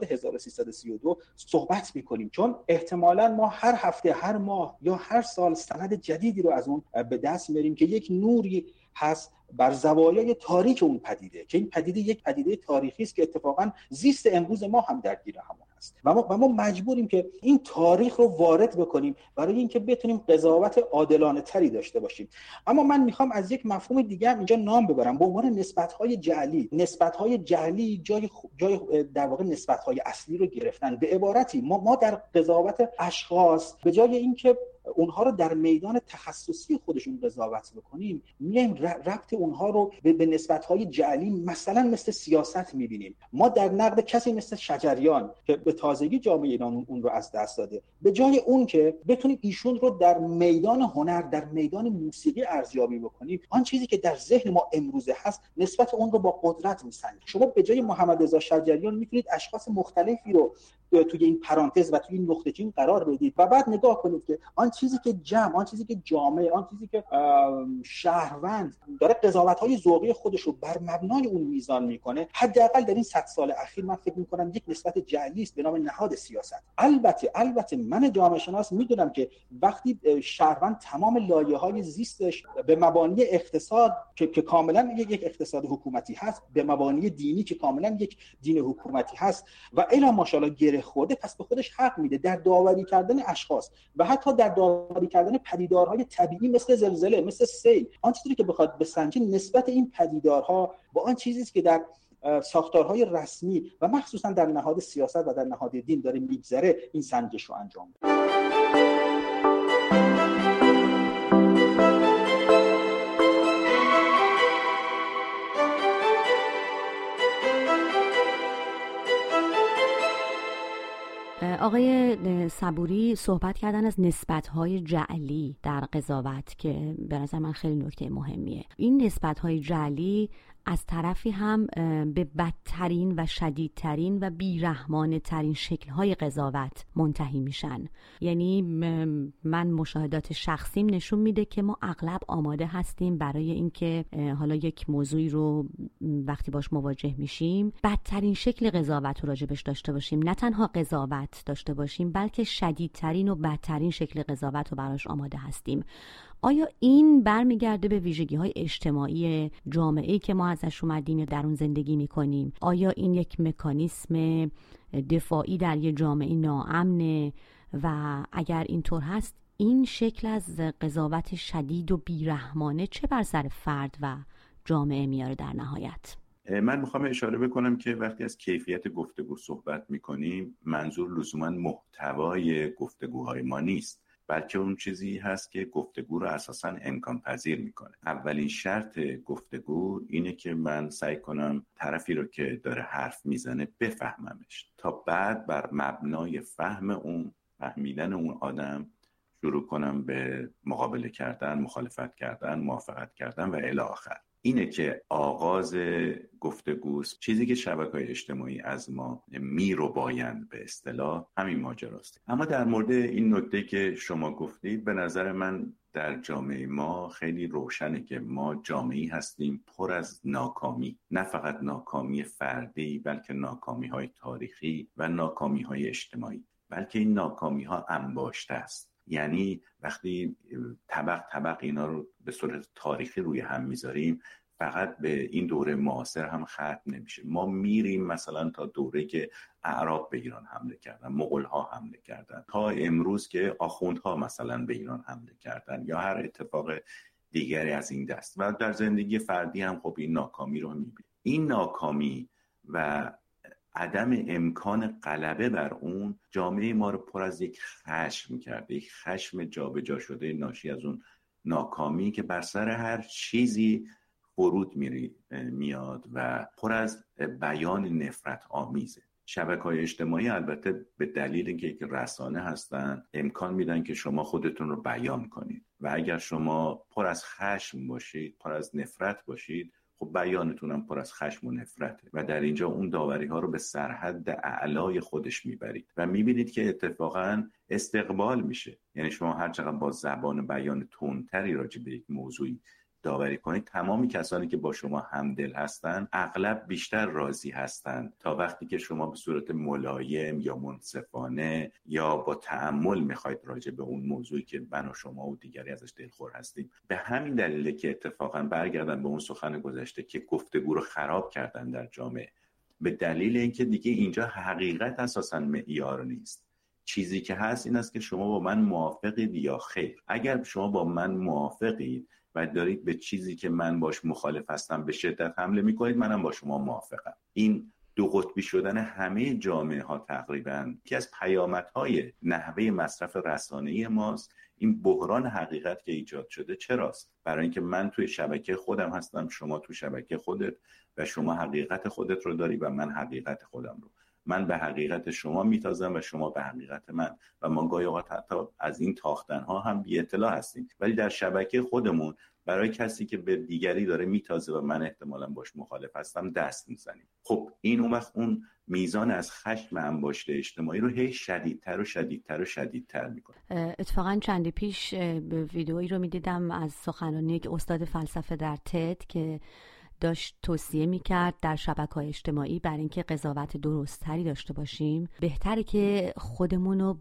1332 صحبت میکنیم، چون احتمالاً ما هر هفته، هر ماه یا هر سال سند جدیدی رو از اون به دست میاریم که یک نوری هست بر زوایای تاریک اون پدیده، که این پدیده یک پدیده تاریخی است که اتفاقا زیست امروز ما هم درگیر همون است و ما مجبوریم که این تاریخ رو وارد بکنیم برای اینکه بتونیم قضاوت عادلانه تری داشته باشیم. اما من میخوام از یک مفهوم دیگه هم اینجا نام ببرم، به عنوان نسبت‌های جعلی. نسبت‌های جعلی جای در واقع نسبت‌های اصلی رو گرفتن. به عبارتی ما در قضاوت اشخاص به جای اینکه اونها رو در میدان تخصصی خودشون قضاوت بکنیم، میایم ربط اونها رو به نسبت‌های جعلی مثلا مثل سیاست می‌بینیم. ما در نقد کسی مثل شجریان که به تازگی جامعه ایران اون رو از دست داده، به جای اون که بتونیم ایشون رو در میدان هنر، در میدان موسیقی ارزیابی بکنیم، آن چیزی که در ذهن ما امروزه هست نسبت اون رو با قدرت می‌سنجیم. شما به جای محمد رضا شجریان می‌تونید اشخاص مختلفی رو توی این پرانتز و توی این نقطه چین قرار بدید و بعد نگاه کنید که آن چیزی که جمع، آن چیزی که جامعه، آن چیزی که شهروند داره قضاوت‌های ذوقی خودش رو بر مبنای اون میزان میکنه، حداقل در این 100 سال اخیر من فکر میکنم یک نسبت جعلی است به نام نهاد سیاست. البته من جامعه شناس میدونم که وقتی شهروند تمام لایه‌های زیستش به مبانی اقتصاد که کاملا یک اقتصاد حکومتی هست، به مبانی دینی که کاملا یک دین حکومتی هست و الا ماشاءالله گره خورده، پس به خودش حق میده در داوری کردن اشخاص و حتی در داوری کردن پدیدارهای طبیعی مثل زلزله، مثل سیل. آن چیزی که بخواد بسنجه نسبت این پدیدارها با آن چیزی که در ساختارهای رسمی و مخصوصا در نهاد سیاست و در نهاد دین داره میگذره، این سنجش رو انجام بده. آقای صبوری صحبت کردن از نسبت‌های جعلی در قضاوت که به نظر من خیلی نکته مهمیه. این نسبت‌های جعلی از طرفی هم به بدترین و شدیدترین و بیرحمانه ترین شکل‌های قضاوت منتهی میشن. یعنی من مشاهدات شخصیم نشون میده که ما اغلب آماده هستیم برای اینکه حالا یک موضوعی رو وقتی باش مواجه میشیم بدترین شکل قضاوت رو راجبش داشته باشیم، نه تنها قضاوت داشته باشیم بلکه شدیدترین و بدترین شکل قضاوت رو براش آماده هستیم. آیا این برمیگرده به ویژگی‌های اجتماعی جامعه‌ای که ما ازش اومدیم یا در اون زندگی می‌کنیم؟ آیا این یک مکانیسم دفاعی در یه جامعه ناامنه؟ و اگر اینطور هست این شکل از قضاوت شدید و بیرحمانه چه بر سر فرد و جامعه میاره در نهایت؟ من میخوام اشاره بکنم که وقتی از کیفیت گفتگو صحبت میکنیم منظور لزوما محتوای گفتگوهای ما نیست، بلکه اون چیزی هست که گفتگو رو اساساً امکان پذیر میکنه. اولین شرط گفتگو اینه که من سعی کنم طرفی رو که داره حرف میزنه بفهممش، تا بعد بر مبنای فهمیدن اون آدم شروع کنم به مقابله کردن، مخالفت کردن، موافقت کردن و الی آخر. اینه که آغاز گفتگوست. چیزی که شبکه‌های اجتماعی از ما میربایند به اصطلاح همین ماجراست. اما در مورد این نکته که شما گفتید، به نظر من در جامعه ما خیلی روشنه که ما جامعه‌ای هستیم پر از ناکامی، نه فقط ناکامی فردی بلکه ناکامی‌های تاریخی و ناکامی‌های اجتماعی، بلکه این ناکامی‌ها انباشته است. یعنی وقتی طبق اینا رو به صورت تاریخی روی هم میذاریم فقط به این دوره معاصر هم ختم نمیشه. ما میریم مثلا تا دوره که اعراب به ایران حمله کردن، مغول‌ها حمله کردن، تا امروز که آخوندها مثلا به ایران حمله کردن یا هر اتفاق دیگری از این دست. و در زندگی فردی هم خب این ناکامی رو میبینیم. این ناکامی و عدم امکان غلبه بر اون جامعه ما رو پر از یک خشم کرده، یک خشم جابجا شده ناشی از اون ناکامی که بر سر هر چیزی فرود میاد و پر از بیان نفرت آمیزه. شبکه‌های اجتماعی البته به دلیل اینکه یک رسانه هستن امکان میدن که شما خودتون رو بیان کنید و اگر شما پر از خشم باشید، پر از نفرت باشید، خب بیانتون هم پر از خشم و نفرته و در اینجا اون داوری ها رو به سرحد اعلای خودش میبرید و میبینید که اتفاقا استقبال میشه. یعنی شما هر چقدر با زبان بیان تندتری راجع به یک موضوعی داوری کنید، تمامی کسانی که با شما همدل هستن اغلب بیشتر راضی هستن تا وقتی که شما به صورت ملایم یا منصفانه یا با تأمل میخواید راجع به اون موضوعی که من و شما و دیگری ازش دلخور هستیم. به همین دلیله که اتفاقا برگردن به اون سخن گذشته که گفتگو رو خراب کردن در جامعه، به دلیل اینکه دیگه اینجا حقیقت اساسا معیار نیست. چیزی که هست این است که شما با من موافقید یا خیر. اگر شما با من موافقید و دارید به چیزی که من باش مخالف هستم به شدت حمله میکنید، منم با شما موافقم. این دو قطبی شدن همه جامعه ها تقریبا یکی از پیامدهای نحوه مصرف رسانه‌ای ماست. این بحران حقیقت که ایجاد شده چراست؟ برای اینکه من توی شبکه خودم هستم، شما توی شبکه خودت، و شما حقیقت خودت رو داری و من حقیقت خودم رو. من به حقیقت شما میتازم و شما به حقیقت من و ما گاهی اوقات حتی از این تاختن‌ها هم بی اطلاع هستیم، ولی در شبکه خودمون برای کسی که به دیگری داره میتازه و من احتمالاً باش مخالف هستم دست میزنیم. خب این اون وقت اون میزان از خشم انباشته اجتماعی رو هی شدیدتر و شدیدتر و شدیدتر میکنه. اتفاقا چندی پیش ویدئویی رو میدیدم از سخنرانی یک استاد فلسفه در تد که داشت توصیه میکرد در شبکه‌های اجتماعی برای اینکه قضاوت درستری داشته باشیم بهتره که خودمون رو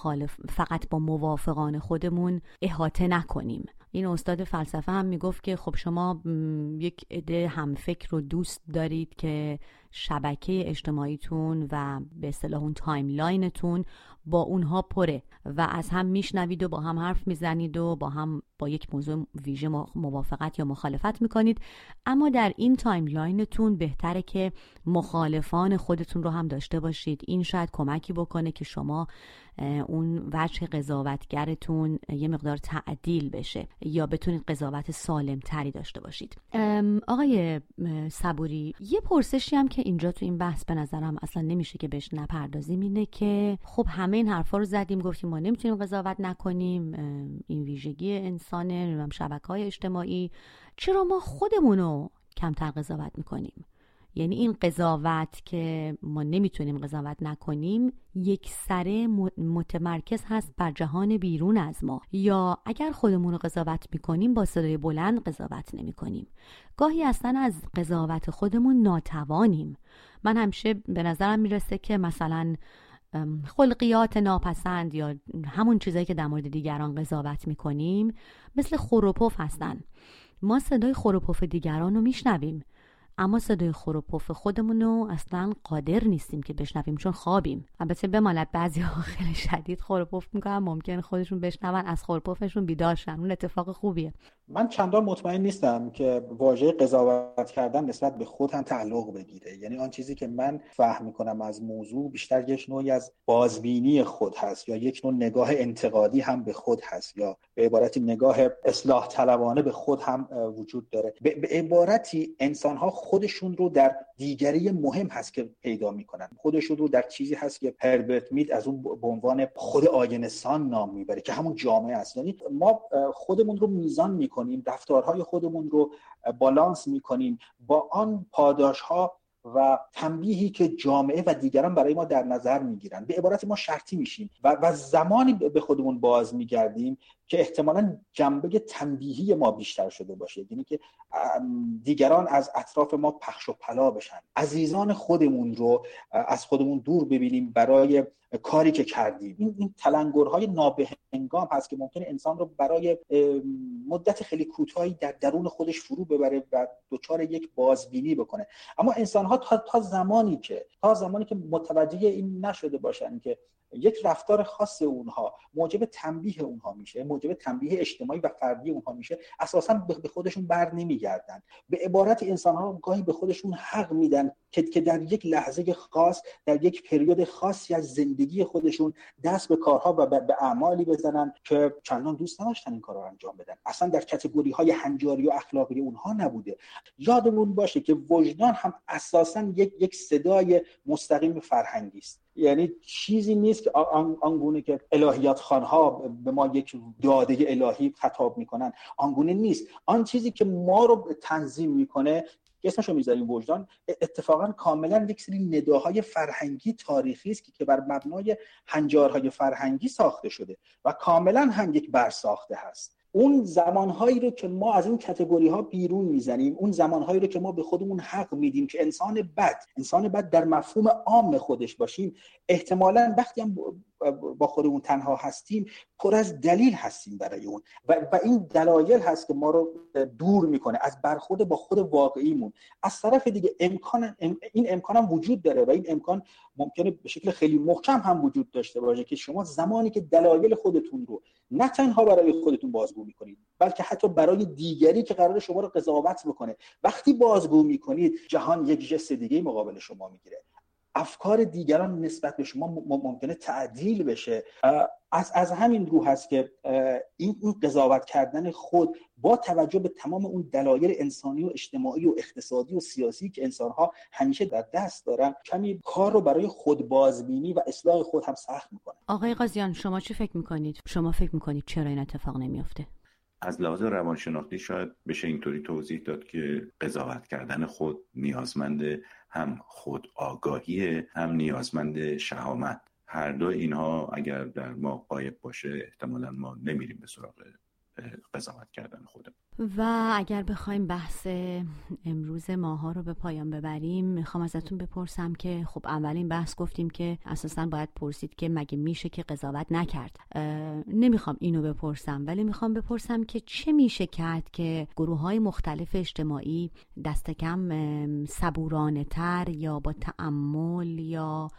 فقط با موافقان خودمون احاطه نکنیم. این استاد فلسفه هم میگفت که خب شما یک عده همفکر رو دوست دارید که شبکه اجتماعیتون و به اصطلاح اون تایملاینتون با اونها پره و از هم میشنوید و با هم حرف میزنید و با یک موضوع ویژه موافقت یا مخالفت میکنید، اما در این تایملاینتون بهتره که مخالفان خودتون رو هم داشته باشید. این شاید کمکی بکنه که شما اون وجه قضاوتگرتون یه مقدار تعدیل بشه یا بتونید قضاوت سالم تری داشته باشید. آقای صبوری، یه پرسشی هم که اینجا تو این بحث به نظرم اصلا نمیشه که بهش نپردازیم اینه که خب همه این حرفا رو زدیم، گفتیم ما نمیتونیم قضاوت نکنیم، این ویژگی انسانه، شبکه‌های اجتماعی، چرا ما خودمونو کمتر قضاوت میکنیم؟ یعنی این قضاوت که ما نمیتونیم قضاوت نکنیم یک سره متمرکز هست بر جهان بیرون از ما، یا اگر خودمون رو قضاوت میکنیم با صدای بلند قضاوت نمیکنیم. گاهی اصلا از قضاوت خودمون ناتوانیم. من همیشه به نظرم میرسه که مثلا خلقیات ناپسند یا همون چیزایی که در مورد دیگران قضاوت میکنیم مثل خور و پف هستن. ما صدای خور و پف دیگران رو میشنویم، اما صدای خور و پف خودمون رو اصلا قادر نیستیم که بشنویم چون خوابیم. البته بماند بعضی ها خیلی شدید خور و پف میکنن، ممکن خودشون بشنون از خور و پفشون بیدار شن، اون اتفاق خوبیه. من چندان مطمئن نیستم که واژه قضاوت کردن نسبت به خود هم تعلق بگیره. یعنی آن چیزی که من فهم میکنم از موضوع بیشتر یک نوعی از بازبینی خود هست یا یک نوع نگاه انتقادی هم به خود هست یا به عبارتی نگاه اصلاح طلبانه به خود هم وجود داره. به عبارتی انسان ها خودشون رو در دیگری مهم هست که پیدا میکنن، خودشون رو در چیزی هست که هربرت مید از اون به عنوان خود آینه‌سان نام میبره که همون جامعه است. یعنی ما خودمون رو میزان میکنیم، رفتارهای خودمون رو بالانس میکنیم با آن پاداشها و تنبیهی که جامعه و دیگران برای ما در نظر میگیرن. به عبارت ما شرطی میشیم و زمانی به خودمون باز میگردیم که احتمالاً جنبه تنبیهی ما بیشتر شده باشه، یعنی که دیگران از اطراف ما پخش و پلا بشن، عزیزان خودمون رو از خودمون دور ببینیم برای کاری که کردیم. این تلنگرهای نابهنگام هست که ممکنه انسان رو برای مدت خیلی کوتاهی در درون خودش فرو ببره و دچار یک بازبینی بکنه. اما انسان‌ها تا زمانی که متوجه این نشده باشن که یک رفتار خاص اونها موجب تنبیه اونها میشه، موجب تنبیه اجتماعی و فردی اونها میشه، اساساً به خودشون بر نمیگردن. به عبارت انسان‌ها گاهی به خودشون حق میدن که در یک لحظه خاص، در یک پریود خاصی از زندگی خودشون دست به کارها و به اعمالی بزنن که چندان دوست نداشتن این کارا رو انجام بدن، اصلا در کاتگوری‌های هنجاری و اخلاقی اونها نبوده. یادمون باشه که وجدان هم اساساً یک صدای مستقیم فرهنگی است. یعنی چیزی نیست که آنگونه که الهیات خوان‌ها به ما یک داده الهی خطاب میکنن، آنگونه نیست. آن چیزی که ما رو تنظیم میکنه که اسمشو میذاریم وجدان، اتفاقا کاملا یک سری نداهای فرهنگی تاریخی است که بر مبنای هنجارهای فرهنگی ساخته شده و کاملا هم یک برساخته هست. اون زمانهایی رو که ما از این کاتگوری ها بیرون میزنیم، اون زمانهایی رو که ما به خودمون حق میدیم که انسان بد در مفهوم عام خودش باشیم، احتمالاً وقتی هم با خودمون تنها هستیم پر از دلیل هستیم برای اون و این دلایل هست که ما رو دور میکنه از برخورد با خود واقعیمون. از طرف دیگه این امکان هم وجود داره و این امکان ممکنه به شکل خیلی محکم هم وجود داشته باشه که شما زمانی که دلایل خودتون رو نه تنها برای خودتون بازگو میکنید بلکه حتی برای دیگری که قرار شما رو قضاوت بکنه، وقتی بازگو میکنید جهان یک ژست دیگه مقابل شما میگیره. افکار دیگران نسبت به شما ممکنه تعدیل بشه. از همین رو هست که این قضاوت کردن خود با توجه به تمام اون دلایل انسانی و اجتماعی و اقتصادی و سیاسی که انسان‌ها همیشه در دست دارن، کمی کار رو برای خود بازبینی و اصلاح خود هم سخت میکنه. آقای قاضیان، شما چی فکر میکنید؟ شما فکر میکنید چرا این اتفاق نمیفته؟ از لحاظ روانشناختی شاید بشه اینطوری توضیح داد که قضاوت کردن خود نیازمند هم خود آگاهیه، هم نیازمند شهامت. هر دو اینها اگر در ما غایب باشه احتمالاً ما نمیریم به سراغ قضاوت کردن خودم. و اگر بخوایم بحث امروز ماها رو به پایان ببریم، میخوام ازتون بپرسم که خب اولین بحث گفتیم که اساساً باید پرسید که مگه میشه که قضاوت نکرد. نمیخوام اینو بپرسم، ولی میخوام بپرسم که چه میشه کرد که گروه‌های مختلف اجتماعی دست کم صبورانه تر یا با تأمل یا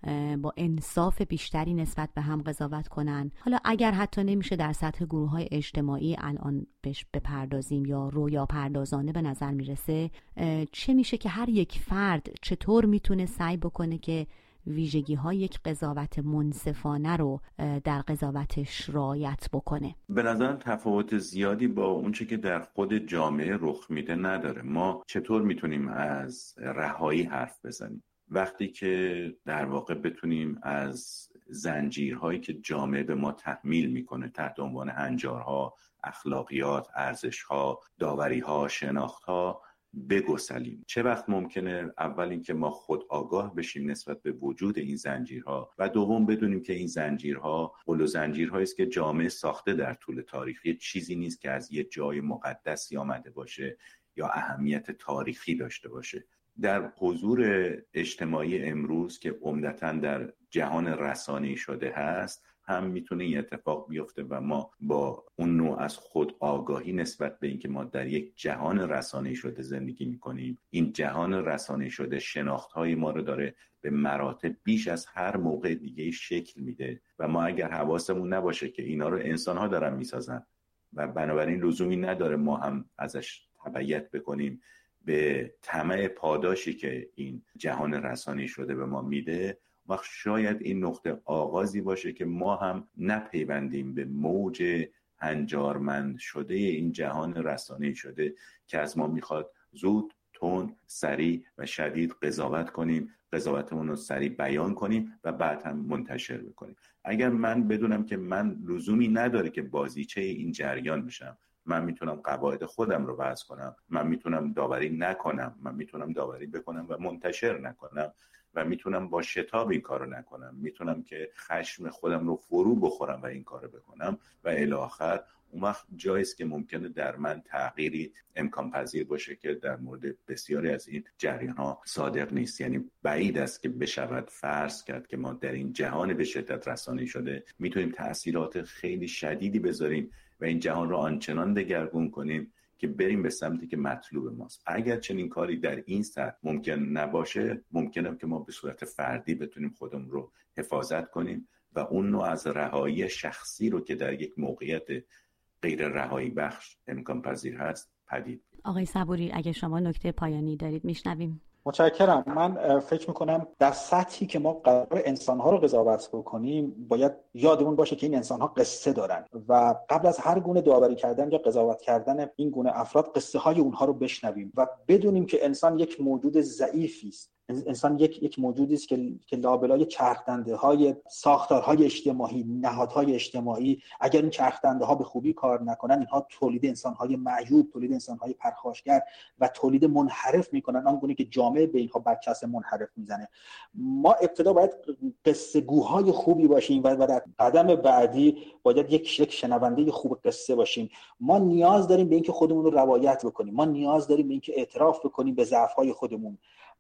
با انصاف بیشتری نسبت به هم قضاوت کنن. حالا اگر حتی نمیشه در سطح گروه‌های اجتماعی الان بهش بپردازیم یا رویا پردازانه به نظر میرسه، چه میشه که هر یک فرد چطور میتونه سعی بکنه که ویژگی‌های یک قضاوت منصفانه رو در قضاوتش رعایت بکنه؟ به نظرم تفاوت زیادی با اونچه که در خود جامعه رخ میده نداره. ما چطور میتونیم از رهایی حرف بزنیم وقتی که در واقع بتونیم از زنجیرهایی که جامعه به ما تحمیل میکنه تحت عنوان هنجارها، اخلاقیات، ارزشها، داوریها، شناختها بگسلیم؟ چه وقت ممکنه اول اینکه ما خود آگاه بشیم نسبت به وجود این زنجیرها و دوم بدونیم که این زنجیرها قل زنجیرهایی است که جامعه ساخته در طول تاریخ، یه چیزی نیست که از یه جای مقدسی آمده باشه یا اهمیت تاریخی داشته باشه. در حضور اجتماعی امروز که عمدتاً در جهان رسانه‌ای شده هست هم میتونه این اتفاق بیفته و ما با اون نوع از خود آگاهی نسبت به اینکه ما در یک جهان رسانه‌ای شده زندگی میکنیم، این جهان رسانه‌ای شده شناخت‌های ما رو داره به مراتب بیش از هر موقع دیگه شکل میده و ما اگر حواسمون نباشه که اینا رو انسان‌ها دارن میسازن و بنابراین لزومی نداره ما هم ازش تبعیت بکنیم به طمع پاداشی که این جهان رسانه‌ای شده به ما میده، وقت شاید این نقطه آغازی باشه که ما هم نپیوندیم به موج هنجارمند شده این جهان رسانه‌ای شده که از ما میخواد زود، تند، سریع و شدید قضاوت کنیم، قضاوتمون رو سریع بیان کنیم و بعد هم منتشر بکنیم. اگر من بدونم که من لزومی نداره که بازیچه این جریان بشم، من میتونم قواعد خودم رو وضع کنم، من میتونم داوری نکنم، من میتونم داوری بکنم و منتشر نکنم و میتونم با شتاب این کارو نکنم، میتونم که خشم خودم رو فرو بخورم و این کارو بکنم و الی آخر. اون وقت جاییست که ممکنه در من تغییری امکان پذیر باشه که در مورد بسیاری از این جریان ها صادق نیست. یعنی بعید است که بشود فرض کرد که ما در این جهان به شدت رسانه‌ای شده میتونیم تأثیرات خیلی شدیدی بذاریم و این جهان رو آنچنان دگرگون کنیم که بریم به سمتی که مطلوب ماست. اگر چنین کاری در این سطح ممکن نباشه، ممکنه که ما به صورت فردی بتونیم خودمون رو حفاظت کنیم و اون نوع از رهایی شخصی رو که در یک موقعیت غیر رهایی بخش امکان پذیر هست پدید. آقای صبوری اگه شما نکته پایانی دارید میشنویم. متشکرم. من فکر میکنم در سطحی که ما قرار انسانها رو قضاوت بکنیم باید یادمون باشه که این انسانها قصه دارن و قبل از هر گونه داوری کردن یا قضاوت کردن این گونه افراد قصه های اونها رو بشنویم و بدونیم که انسان یک موجود ضعیفی است. انسان یک موجودی است که لابلای چرخدنده‌های ساختارهای اجتماعی، نهادهای اجتماعی، اگر این چرخدنده‌ها به خوبی کار نکنن، اینها تولید انسان‌های معیوب، تولید انسان‌های پرخاشگر و تولید منحرف می‌کنن، آنگونه که جامعه به اینها برچسب منحرف می‌زنه. ما ابتدا باید قصه گوهای خوبی باشیم و در قدم بعدی باید یک شنونده خوب قصه باشیم. ما نیاز داریم به اینکه خودمون رو روایت بکنیم. ما نیاز داریم به اینکه اعتراف بکنیم به ضعف‌های خودمون.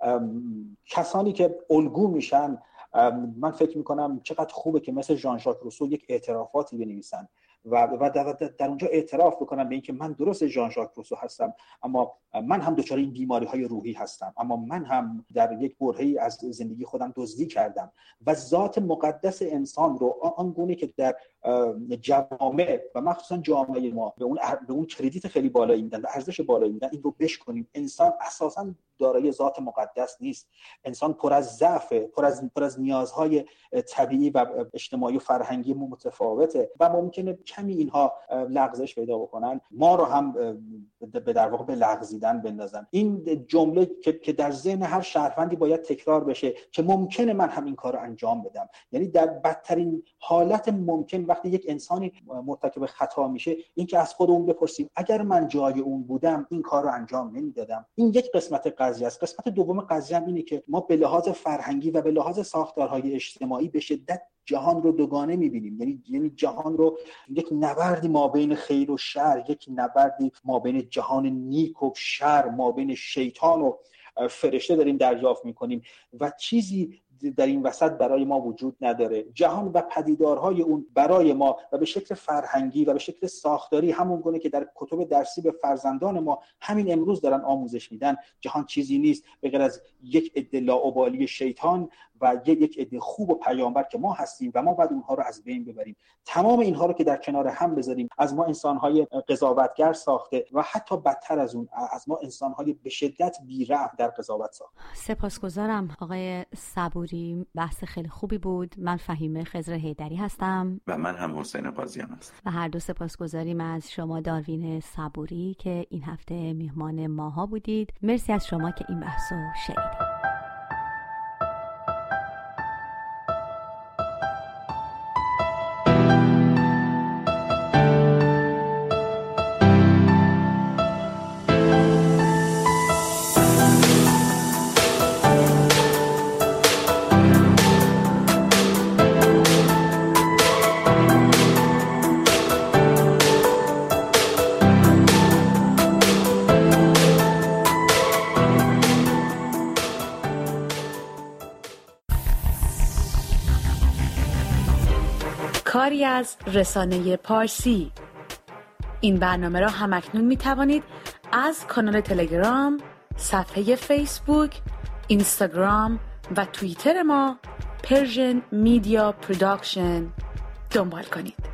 کسانی که الگو میشن، من فکر میکنم چقدر خوبه که مثل ژان ژاک روسو یک اعترافاتی بنویسن و در اونجا اعتراف بکنم به اینکه من درست ژان ژاک روسو هستم، اما من هم دچار این بیماری‌های روحی هستم، اما من هم در یک برهه‌ای از زندگی خودم دزدی کردم و ذات مقدس انسان رو آنگونه که در جوامع و مخصوصا جامعه ما به اون کردیت خیلی بالایی میدن و ارزش بالایی میدن، این رو بشکنیم. انسان اساساً دارای ذات مقدس نیست. انسان پر از ضعف، پر از نیازهای طبیعی و اجتماعی و فرهنگی متفاوته و ممکنه کمی اینها لغزش پیدا بکنن، ما رو هم در واقع به لغزیدن بندازن. این جمله که در ذهن هر شهروندی باید تکرار بشه که ممکنه من هم این کار رو انجام بدم. یعنی در بدترین حالت ممکن وقتی یک انسانی مرتکب خطا میشه، این که از خودمون بپرسیم اگر من جای اون بودم این کار رو انجام نمیدادم. این یک قسمت قضیه است. قسمت دوم قضیه هم اینه که ما به لحاظ فرهنگی و به لحاظ ساختارهای اجتماعی به شدت جهان رو دوگانه می‌بینیم. یعنی جهان رو یک نبردی ما بین خیر و شر، یک نبردی ما بین جهان نیک و شر، ما بین شیطان و فرشته داریم دریافت می‌کنیم و چیزی در این وسط برای ما وجود نداره. جهان و پدیدارهای اون برای ما و به شکل فرهنگی و به شکل ساختاری همون گونه که در کتب درسی به فرزندان ما همین امروز دارن آموزش میدن، جهان چیزی نیست به غیر از یک عده لاابالی شیطان و یک عده خوب و پیامبر که ما هستیم و ما باید اونها رو از بین ببریم. تمام اینها رو که در کنار هم بذاریم، از ما انسان‌های قضاوتگر ساخته و حتی بدتر از اون از ما انسان‌های به شدت بی‌رحم در قضاوت ساخته. سپاسگزارم آقای صبوری، بحث خیلی خوبی بود. من فهیمه خضر حیدری هستم و من هم حسین قاضیان هستم و هر دو سپاسگزاریم از شما داروین صبوری که این هفته میهمان ماها بودید. مرسی از شما که این بحثو شنیدید. کاری از رسانه پارسی. این برنامه را همکنون می توانید از کانال تلگرام، صفحه فیسبوک، اینستاگرام و توییتر ما Persian Media Production دنبال کنید.